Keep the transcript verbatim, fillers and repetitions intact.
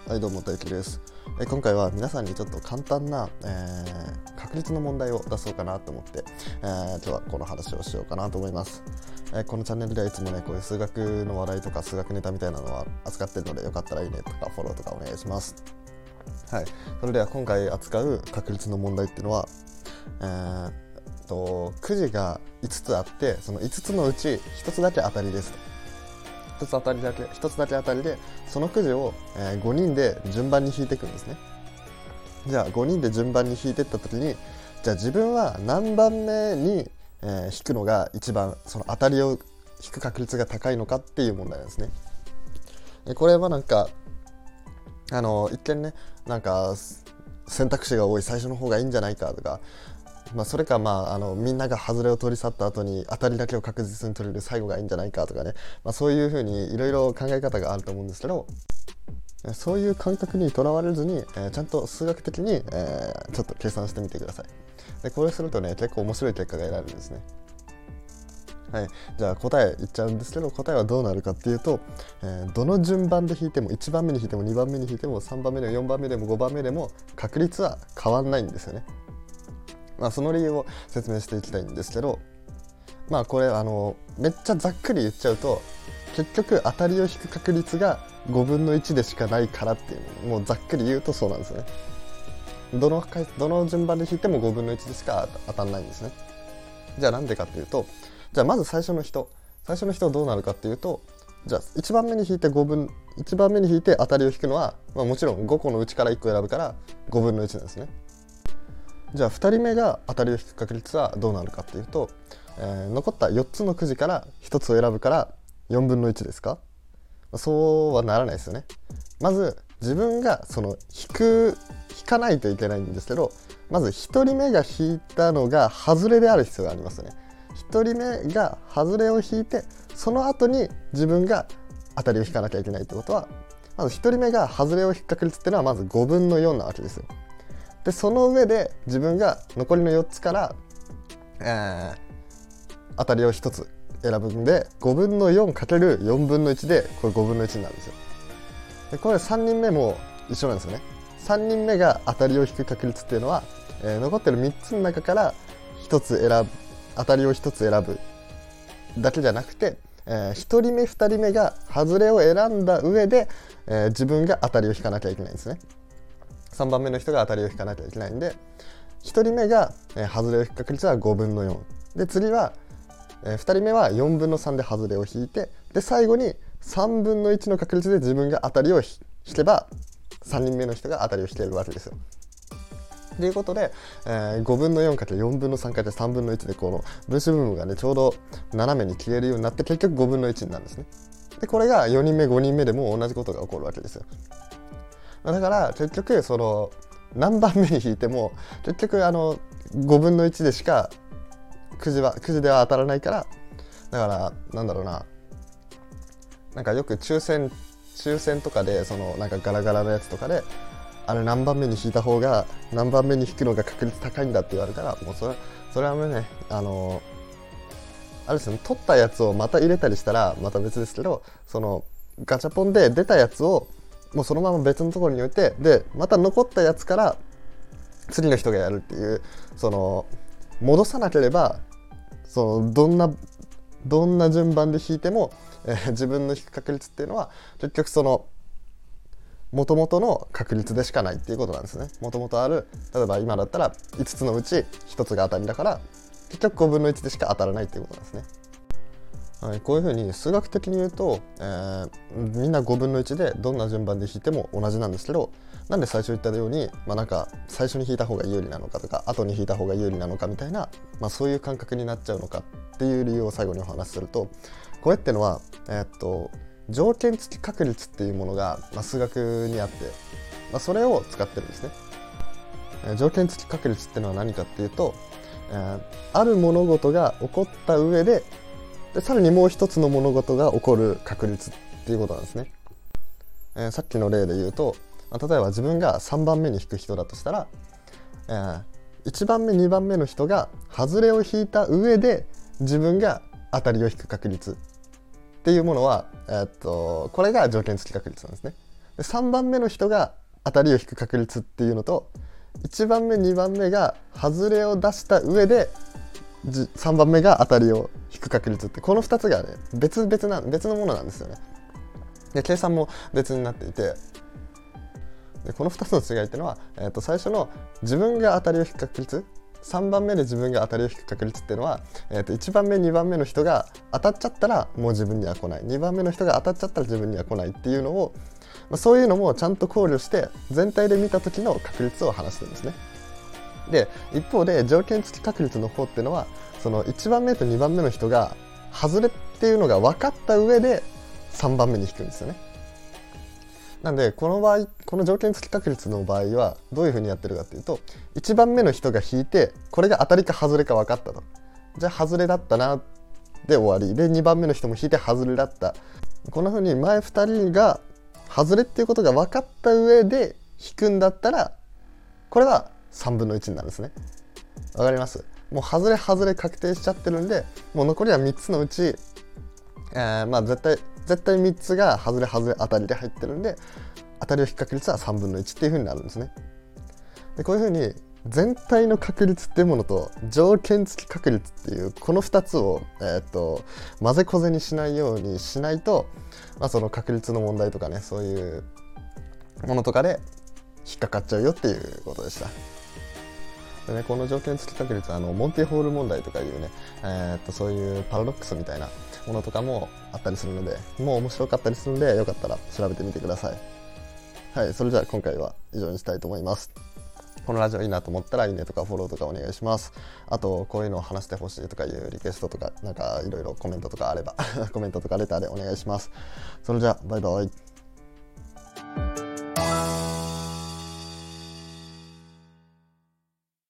はい、どうも、大輝です。え今回は皆さんにちょっと簡単な、えー、確率の問題を出そうかなと思って、えー、今日はこの話をしようかなと思います。えー、このチャンネルではいつもね、こういう数学の話題とか数学ネタみたいなのは扱っているので、よかったらいいねとかフォローとかお願いします。はい、それでは今回扱う確率の問題っていうのは、えー、とくじがいつつあって、そのいつつのうちひとつだけ当たりですと。一つ当たりだけ一つだけ当たりで、そのくじを、えー、ごにんで順番に引いていくんですね。じゃあごにんで順番に引いていった時に、じゃあ自分は何番目に、えー、引くのが一番その当たりを引く確率が高いのかっていう問題なんですね。えこれはなんかあの一見ね、なんか選択肢が多い最初の方がいいんじゃないかとか、まあ、それか、まあ、あのみんなが外れを取り去った後に当たりだけを確実に取れる最後がいいんじゃないかとかね、まあ、そういうふうにいろいろ考え方があると思うんですけど、そういう感覚にとらわれずに、えー、ちゃんと数学的に、えー、ちょっと計算してみてください。でこれするとね、結構面白い結果が得られるんですね。はい、じゃあ答え言っちゃうんですけど、答えはどうなるかっていうと、えー、どの順番で引いてもいちばんめに引いてもにばんめに引いてもさんばんめでもよんばんめでもごばんめでも確率は変わんないんですよね。まあ、その理由を説明していきたいんですけど、まあこれあのめっちゃざっくり言っちゃうと、結局当たりを引く確率がごぶんのいちでしかないからっていう、もうざっくり言うとそうなんですね。どの回どの順番で引いてもごぶんのいちでしか当たらないんですね。じゃあなんでかっていうと、じゃあまず最初の人最初の人どうなるかっていうと、じゃあいちばんめに引いてごぶんいちばんめに引いて当たりを引くのは、まあ、もちろんごこのうちからいっこ選ぶからごぶんのいちなんですね。じゃあふたりめが当たりを引く確率はどうなるかっていうと、えー、残ったよっつのくじからひとつを選ぶからよんぶんのいちですか？そうはならないですよね。まず自分がその引く引かないといけないんですけど、まずひとりめが引いたのが外れである必要がありますよね。ひとりめが外れを引いて、その後に自分が当たりを引かなきゃいけないってことは、まずひとりめが外れを引く確率っていうのはまずごぶんのよんなわけですよ。でその上で自分が残りのよっつから、えー、当たりをひとつ選ぶんで、ごぶんのよんかけるよんぶんのいちでこれごぶんのいちになるんですよ。でこれさんにんめも一緒なんですよね。さんにんめが当たりを引く確率っていうのは、えー、残ってるみっつの中からひとつ選ぶ当たりをひとつ選ぶだけじゃなくて、えー、ひとりめふたりめが外れを選んだ上で、えー、自分が当たりを引かなきゃいけないんですね。さんばんめの人が当たりを引かなきゃいけないんで、ひとりめが、えー、外れを引く確率はごぶんのよんで、次は、えー、ふたりめはよんぶんのさんで外れを引いて、で最後にさんぶんのいちの確率で自分が当たりを引けばさんにんめの人が当たりを引けるわけですよ。ということで、えー、ごぶんのよんかけるよんぶんのさんかけるさんぶんのいちでこの分子部分がねちょうど斜めに消えるようになって、結局ごぶんのいちになるんですね。でこれがよにんめごにんめでも同じことが起こるわけですよ。だから結局その何番目に引いても結局あのごぶんのいちでしかくじはくじでは当たらないから、だからなんだろうな、なんかよく抽選抽選とかでそのなんかガラガラのやつとかで、あれ何番目に引いた方が何番目に引くのが確率高いんだって言われたら、もうそれそれはもうね、あのあれですね、取ったやつをまた入れたりしたらまた別ですけど、そのガチャポンで出たやつをもうそのまま別のところに置いて、でまた残ったやつから次の人がやるっていう、その戻さなければそのどんなどんな順番で引いても、えー、自分の引く確率っていうのは結局その元々の確率でしかないっていうことなんですね。元々ある、例えば今だったらいつつのうちひとつが当たりだから、結局ごぶんのいちでしか当たらないっていうことなんですね。はい、こういうふうに数学的に言うと、えー、みんなごぶんのいちでどんな順番で引いても同じなんですけど、なんで最初言ったように、まあ、なんか最初に引いた方が有利なのかとか後に引いた方が有利なのかみたいな、まあ、そういう感覚になっちゃうのかっていう理由を最後にお話しすると、これってのは、えー、っと条件付き確率っていうものが、まあ、数学にあって、まあ、それを使ってるんですね。えー、条件付き確率っていうのは何かっていうと、えー、ある物事が起こった上ででさらにもう一つの物事が起こる確率っていうことなんですね。えー、さっきの例で言うと、まあ、例えば自分がさんばんめに引く人だとしたら、えー、いちばんめにばんめの人が外れを引いた上で自分が当たりを引く確率っていうものは、えー、っとこれが条件付き確率なんですね。 でさんばんめの人が当たりを引く確率っていうのと、いちばんめにばんめが外れを出した上でさんばんめが当たりを引く確率って、このふたつがね別々な別のものなんですよね。で計算も別になっていて、でこのふたつの違いっていうのは、えー、と最初の自分が当たりを引く確率、さんばんめで自分が当たりを引く確率っていうのは、えー、といちばんめにばんめの人が当たっちゃったらもう自分には来ない、にばんめの人が当たっちゃったら自分には来ないっていうのを、まあ、そういうのもちゃんと考慮して全体で見た時の確率を話してるんですね。で一方で条件付き確率の方っていうのは、そのいちばんめとにばんめの人が外れっていうのが分かった上でさんばんめに引くんですよね。なんでこの場合、この条件付き確率の場合はどういうふうにやってるかっていうと、いちばんめの人が引いてこれが当たりか外れか分かったと、じゃあ外れだったなで終わりで、にばんめの人も引いて外れだった、こんなふうに前ふたりが外れっていうことが分かった上で引くんだったら、これはさんぶんのいちになるんですね。わかります？もう外れ外れ確定しちゃってるんで、もう残りはみっつのうち、えー、まあ絶対絶対みっつが外れ外れ当たりで入ってるんで、当たりを引く確率はさんぶんのいちっていう風になるんですね。でこういう風に全体の確率っていうものと条件付き確率っていうこのふたつを、えー、っと混ぜこぜにしないようにしないと、まあ、その確率の問題とかね、そういうものとかで引っかかっちゃうよっていうことでした。でね、この条件付き確率はあのモンティホール問題とかいうね、えー、っとそういうパラドックスみたいなものとかもあったりするので、もう面白かったりするので、よかったら調べてみてください。はい、それじゃあ今回は以上にしたいと思います。このラジオいいなと思ったらいいねとかフォローとかお願いします。あとこういうのを話してほしいとかいうリクエストとか、なんかいろいろコメントとかあればコメントとかレターでお願いします。それじゃあバイバイ。